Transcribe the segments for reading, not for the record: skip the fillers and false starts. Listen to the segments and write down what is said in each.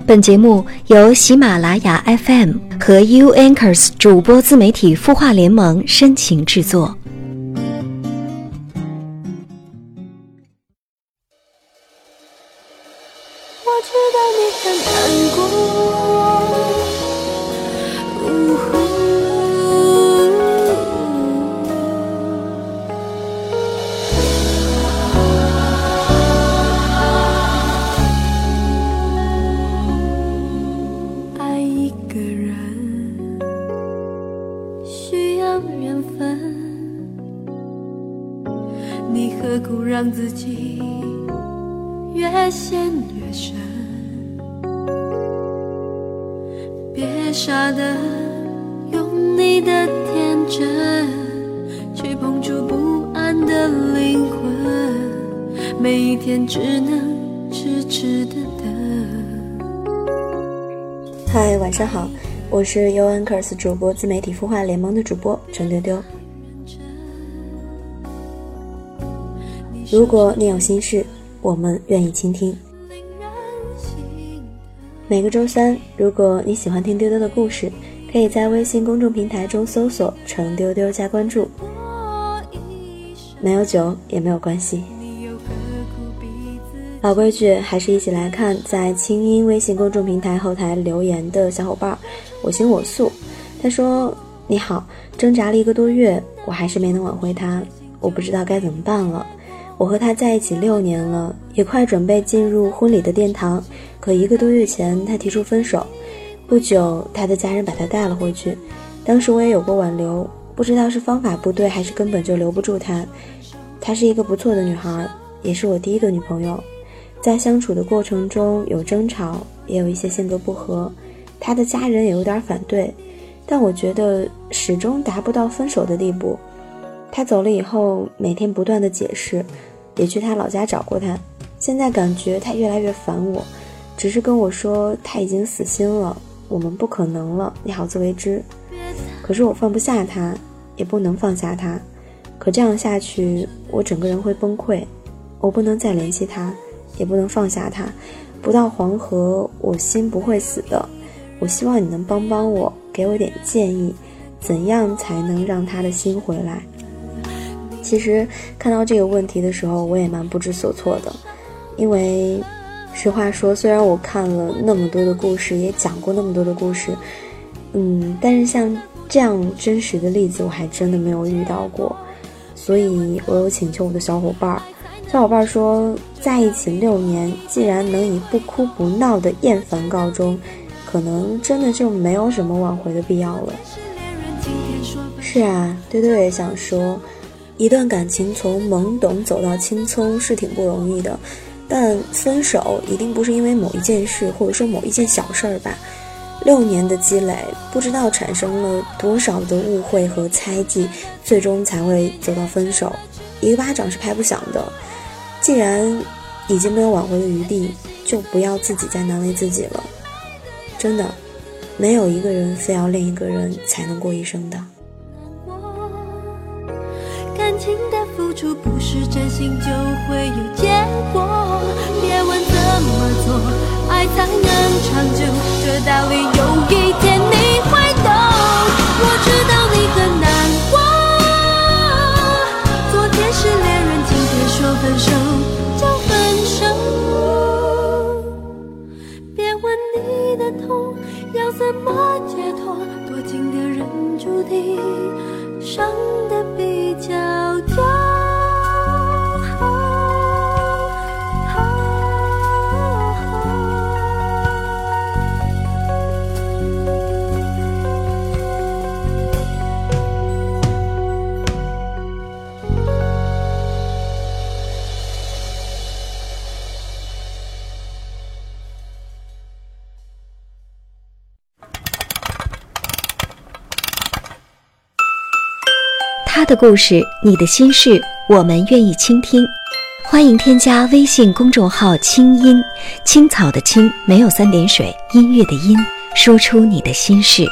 本节目由喜马拉雅 FM 和 U Anchors 主播自媒体孵化联盟深情制作。 我知道你很难过，爱一个人需要缘分，你何苦让自己越陷越深？别傻的用你的天真去碰触不安的灵魂，每一天只能痴痴的等。 嗨，晚上好，我是 U Anchors 主播自媒体孵化联盟的主播陈丢丢。如果你有心事，我们愿意倾听。每个周三，如果你喜欢听丢丢的故事，可以在微信公众平台中搜索陈丢丢加关注。没有酒也没有关系。老规矩，还是一起来看在清音微信公众平台后台留言的小伙伴我行我素。他说：你好，挣扎了1个多月，我还是没能挽回他，我不知道该怎么办了。我和他在一起6年了，也快准备进入婚礼的殿堂，可1个多月前他提出分手，不久他的家人把他带了回去。当时我也有过挽留，不知道是方法不对还是根本就留不住他。她是一个不错的女孩，也是我第一个女朋友，在相处的过程中有争吵，也有一些性格不合，她的家人也有点反对，但我觉得始终达不到分手的地步。他走了以后，每天不断的解释，也去他老家找过他。现在感觉他越来越烦我，只是跟我说他已经死心了，我们不可能了，你好自为之。可是我放不下他，也不能放下他。可这样下去，我整个人会崩溃。我不能再联系他，也不能放下他。不到黄河，我心不会死的。我希望你能帮帮我，给我点建议，怎样才能让他的心回来？其实看到这个问题的时候，我也蛮不知所措的，因为实话说，虽然我看了那么多的故事，也讲过那么多的故事，但是像这样真实的例子我还真的没有遇到过。所以我有请求我的小伙伴说，在一起6年，既然能以不哭不闹的厌烦告终，可能真的就没有什么挽回的必要了。是啊，丢丢也想说，一段感情从懵懂走到青葱是挺不容易的，但分手一定不是因为某一件事，或者说某一件小事儿吧。6年的积累，不知道产生了多少的误会和猜忌，最终才会走到分手。一个巴掌是拍不响的，既然已经没有挽回的余地，就不要自己再难为自己了。真的，没有一个人非要另一个人才能过一生的。 感情的付出不是真心就会有结果，别问怎么做爱才能长久，这道理有一天你会懂。我知道你很难过，昨天是恋人，今天说分手就分手，别问你的痛要怎么解脱，多情的人注定伤得比较久。 他的故事，你的心事，我们愿意倾听。欢迎添加微信公众号清音，青草的青，没有3点水，音乐的音，说出你的心事。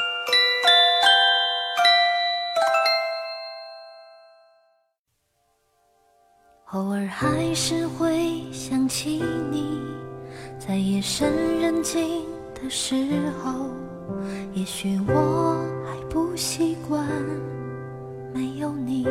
偶尔还是会想起你，在夜深人静的时候，也许我还不习惯没有你，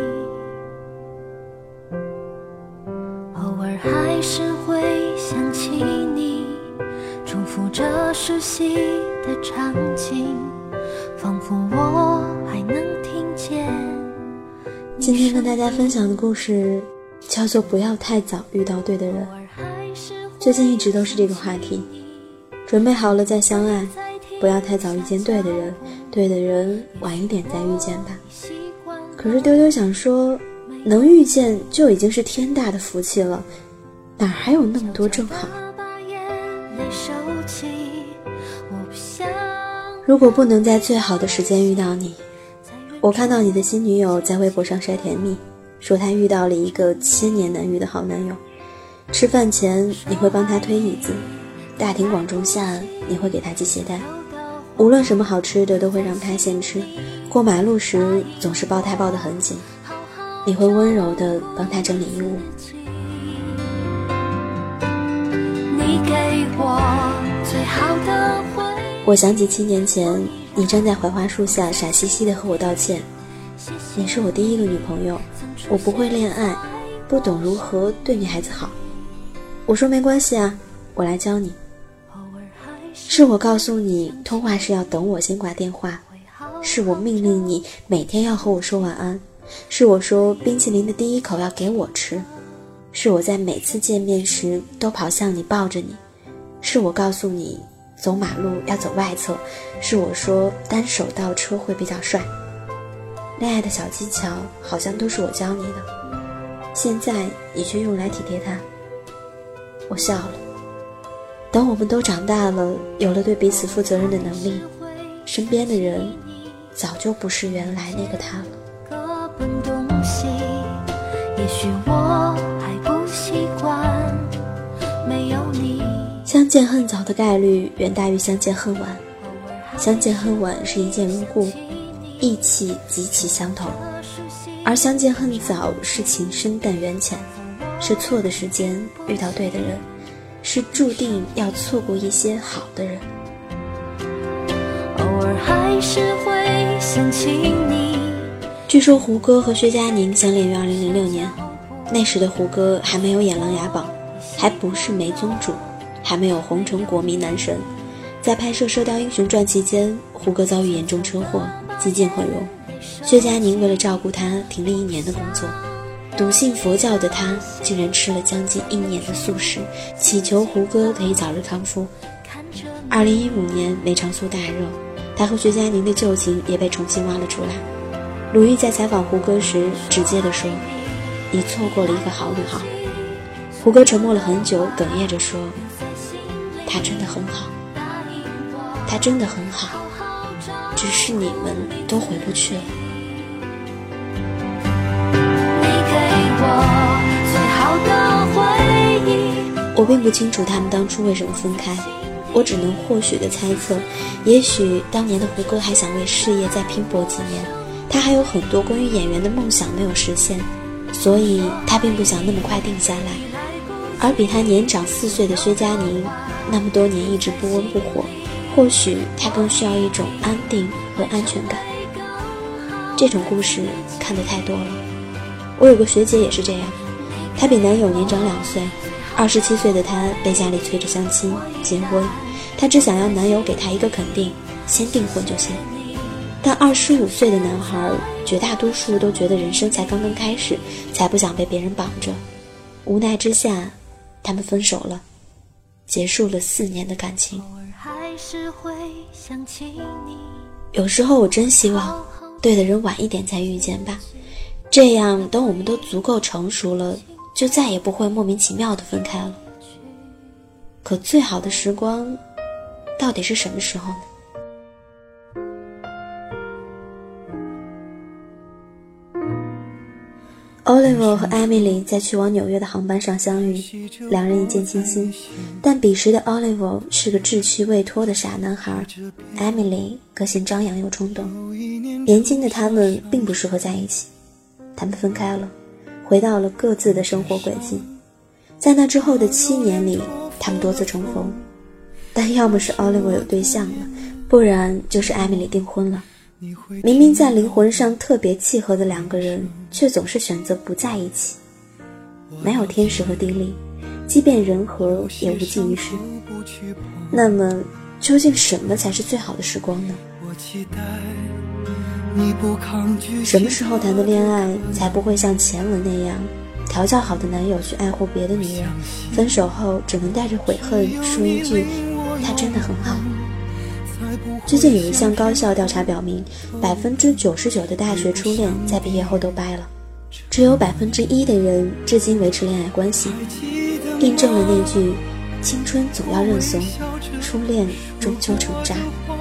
偶尔还是会想起你，重复着熟悉的场景，仿佛我还能听见。 今天跟大家分享的故事叫做不要太早遇到对的人。最近一直都是这个话题，准备好了再相爱，不要太早遇见对的人，对的人晚一点再遇见吧。可是丢丢想说，能遇见就已经是天大的福气了，哪还有那么多正好？如果不能在最好的时间遇到你，我看到你的新女友在微博上晒甜蜜，说她遇到了一个千年难遇的好男友。吃饭前你会帮他推椅子，大庭广众下你会给他系鞋带，无论什么好吃的都会让他先吃，过马路时总是抱他抱得很紧，你会温柔地帮他整理衣物。 你给我最好的回忆， 我想起7年前你站在槐花树下傻兮兮地和我道歉，你是我第一个女朋友，我不会恋爱，不懂如何对女孩子好。我说没关系啊，我来教你。是我告诉你通话时要等我先挂电话，是我命令你每天要和我说晚安，是我说冰淇淋的第一口要给我吃，是我在每次见面时都跑向你抱着你，是我告诉你走马路要走外侧，是我说单手倒车会比较帅。恋爱的小技巧好像都是我教你的，现在你却用来体贴他。我笑了。等我们都长大了，有了对彼此负责任的能力，身边的人早就不是原来那个他了。 各奔东西，也许我还不习惯没有你。 相见恨早的概率远大于相见恨晚，相见恨晚是一见如故，意气极其相同，而相见恨早是情深淡缘浅，是错的时间遇到对的人，是注定要错过一些好的人。 偶尔还是会想起你。 据说胡歌和薛佳凝相恋于2006年，那时的胡歌还没有演《琅琊榜》，还不是梅宗主，还没有红成国民男神。在拍摄《射雕英雄传》期间，胡歌遭遇严重车祸，几近毁容。薛佳凝为了照顾他，停了1年的工作。笃信佛教的他竟然吃了将近1年的素食，祈求胡歌可以早日康复。2015年梅长苏大热，他和薛佳凝的旧情也被重新挖了出来。鲁豫在采访胡歌时直接地说，你错过了一个好女孩。胡歌沉默了很久，哽咽着说，她真的很好，她真的很好，只是你们都回不去了。我并不清楚他们当初为什么分开，我只能或许的猜测，也许当年的胡歌还想为事业再拼搏几年，他还有很多关于演员的梦想没有实现，所以他并不想那么快定下来。而比他年长4岁的薛佳凝，那么多年一直不温不火，或许他更需要一种安定和安全感。这种故事看得太多了。我有个学姐也是这样，她比男友年长2岁，27岁的她被家里催着相亲结婚，她只想要男友给她一个肯定，先订婚就行。但25岁的男孩绝大多数都觉得人生才刚刚开始，才不想被别人绑着。无奈之下，他们分手了，结束了4年的感情。有时候我真希望对的人晚一点再遇见吧，这样等我们都足够成熟了，就再也不会莫名其妙地分开了。可最好的时光到底是什么时候呢？Oliver 和 Emily 在去往纽约的航班上相遇，两人一见倾心，但彼时的 Oliver 是个志趣未脱的傻男孩， Emily 个性张扬又冲动，年轻的他们并不适合在一起，他们分开了，回到了各自的生活轨迹。在那之后的7年里，他们多次重逢，但但要么是 Oliver 有对象了，不然就是 Emily 订婚了。明明在灵魂上特别契合的两个人，却总是选择不在一起。没有天时和地利，即便人和也无济于事。那么究竟什么才是最好的时光呢？什么时候谈的恋爱才不会像前文那样，调教好的男友去爱护别的女人，分手后只能带着悔恨说一句他真的很好。最近有一项高校调查表明，99%的大学初恋在毕业后都掰了，只有1%的人至今维持恋爱关系，印证了那句青春总要认怂，初恋终究成渣。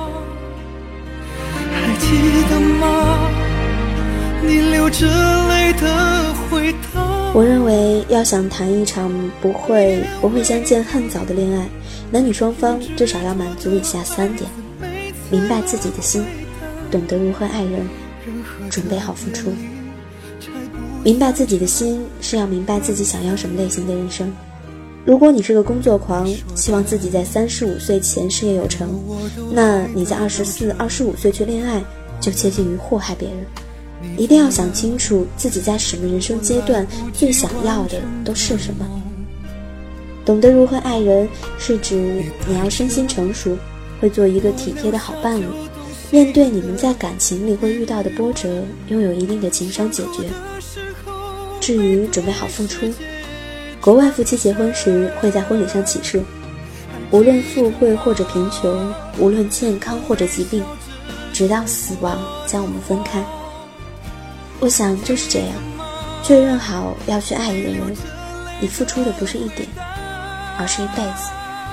还记得吗？你流着泪的回答。 我认为要想谈一场不会相见恨早的恋爱，男女双方至少要满足以下3点：明白自己的心，懂得如何爱人，准备好付出。明白自己的心是要明白自己想要什么类型的人生。如果你是个工作狂，希望自己在35岁前事业有成，那你在24、25岁去恋爱，就接近于祸害别人。一定要想清楚自己在什么人生阶段最想要的都是什么。懂得如何爱人，是指你要身心成熟，会做一个体贴的好伴侣，面对你们在感情里会遇到的波折，拥有一定的情商解决。至于准备好付出，国外夫妻结婚时会在婚礼上起誓，无论富贵或者贫穷，无论健康或者疾病，直到死亡将我们分开。我想就是这样，确认好要去爱一个人，你付出的不是一点，而是一辈子。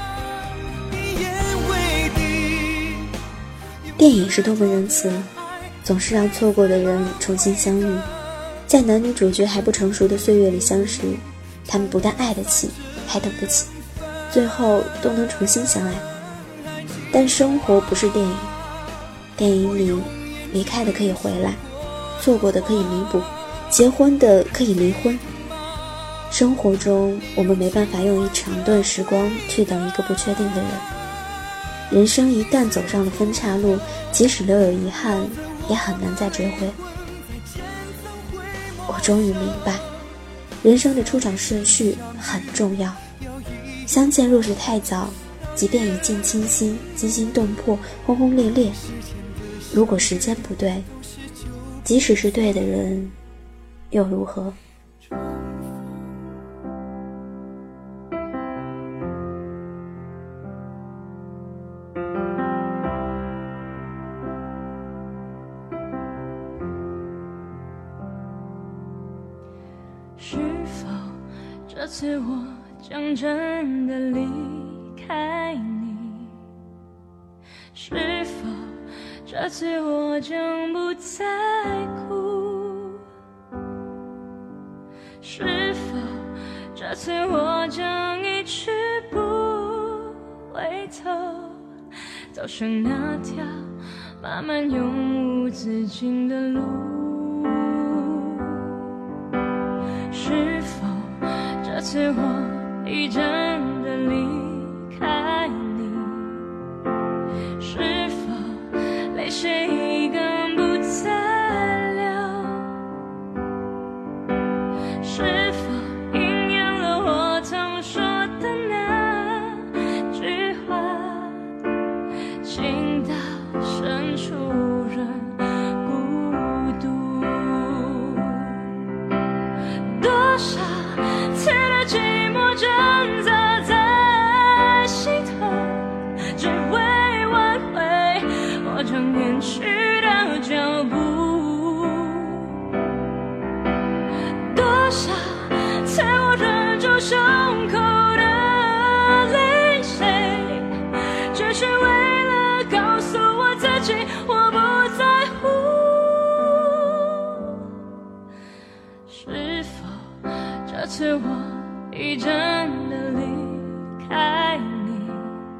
电影是多么仁慈，总是让错过的人重新相遇。在男女主角还不成熟的岁月里相识，他们不但爱得起，还等得起，最后都能重新相爱。但生活不是电影，电影里离开的可以回来，错过的可以弥补，结婚的可以离婚。生活中我们没办法用一长段时光去等一个不确定的人。人生一旦走上了分岔路，即使留有遗憾，也很难再追回。我终于明白，人生的出场顺序很重要。相见若是太早，即便一见倾心，惊心动魄，轰轰烈烈，如果时间不对，即使是对的人，又如何？ 是否这次我将真的离开你？是否这次我将不再哭？是否这次我将一去不回头，走上那条漫漫永无止境的路？是否这次我已真的离开你？是否泪水已更不再流？是否应验了我曾说的那句话，情到深处人孤独？多少次的寂寞挣扎在心头，只为挽回我将远去的脚步。多少次我忍住胸口的泪水，只是为了告诉我自己我不在乎。是否这次我已真的离开你？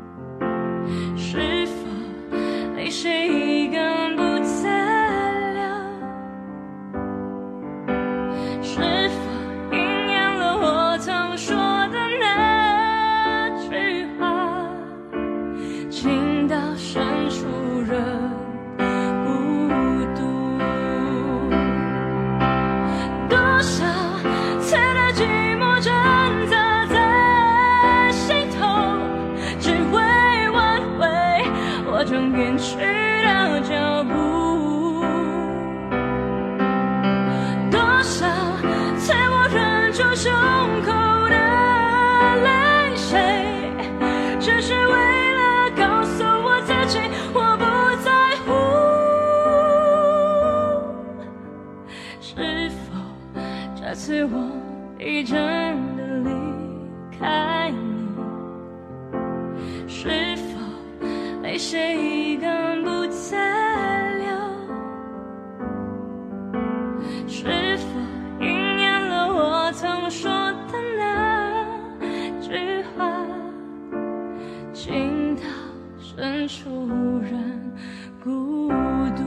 是否泪水已更不再流？是否应验了我曾说的那句话， 情到深处人孤独。多少次的寂寞挣扎在心头，只为挽回我正远去的脚步。多少次我忍住胸口的泪水，只是为了告诉我自己我不在乎。是否这次我已真的离开你？是否泪水已根不再流？是否应验了我曾说的那句话？情到深处人孤独。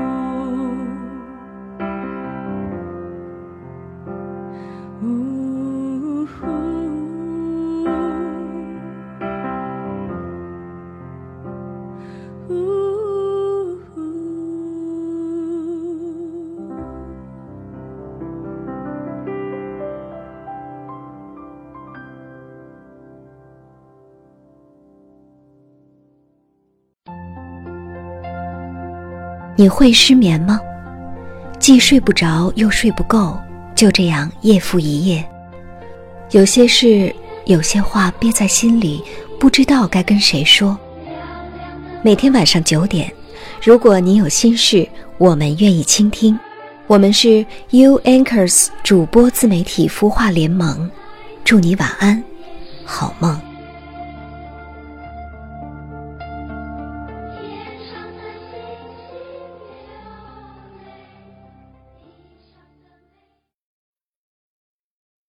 你会失眠吗？既睡不着又睡不够，就这样夜复一夜。有些事，有些话憋在心里，不知道该跟谁说。每天晚上9点，如果你有心事，我们愿意倾听。我们是 You Anchors 主播自媒体孵化联盟，祝你晚安，好梦。